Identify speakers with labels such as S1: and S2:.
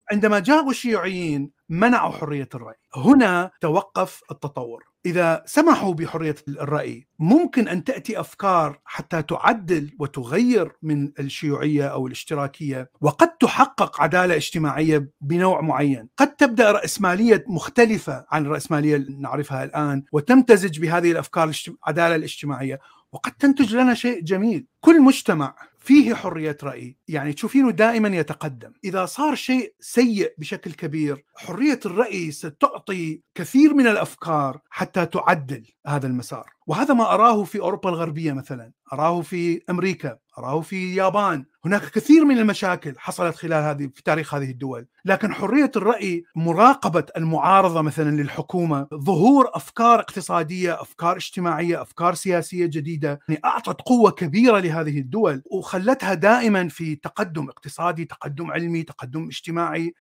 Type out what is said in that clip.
S1: عندما جاءوا الشيوعيين منعوا حرية الرأي، هنا توقف التطور. إذا سمحوا بحرية الرأي ممكن أن تأتي أفكار حتى تعدل وتغير من الشيوعية أو الاشتراكية، وقد تحقق عدالة اجتماعية بنوع معين. قد تبدأ رأسمالية مختلفة عن الرأسمالية اللي نعرفها الآن وتمتزج بهذه الأفكار العدالة الاجتماعية، وقد تنتج لنا شيء جميل. كل مجتمع فيه حرية رأي يعني تشوفينه دائما يتقدم. إذا صار شيء سيء بشكل كبير، حرية الرأي ستعطي كثير من الأفكار حتى تعدل هذا المسار. وهذا ما أراه في أوروبا الغربية مثلا، أراه في أمريكا، أراه في اليابان. هناك كثير من المشاكل حصلت خلال في تاريخ هذه الدول، لكن حرية الرأي، مراقبة المعارضة مثلا للحكومة، ظهور أفكار اقتصادية، أفكار اجتماعية، أفكار سياسية جديدة، يعني أعطت قوة كبيرة لهذه الدول وخلتها دائما في تقدم اقتصادي، تقدم علمي، تقدم اجتماعي.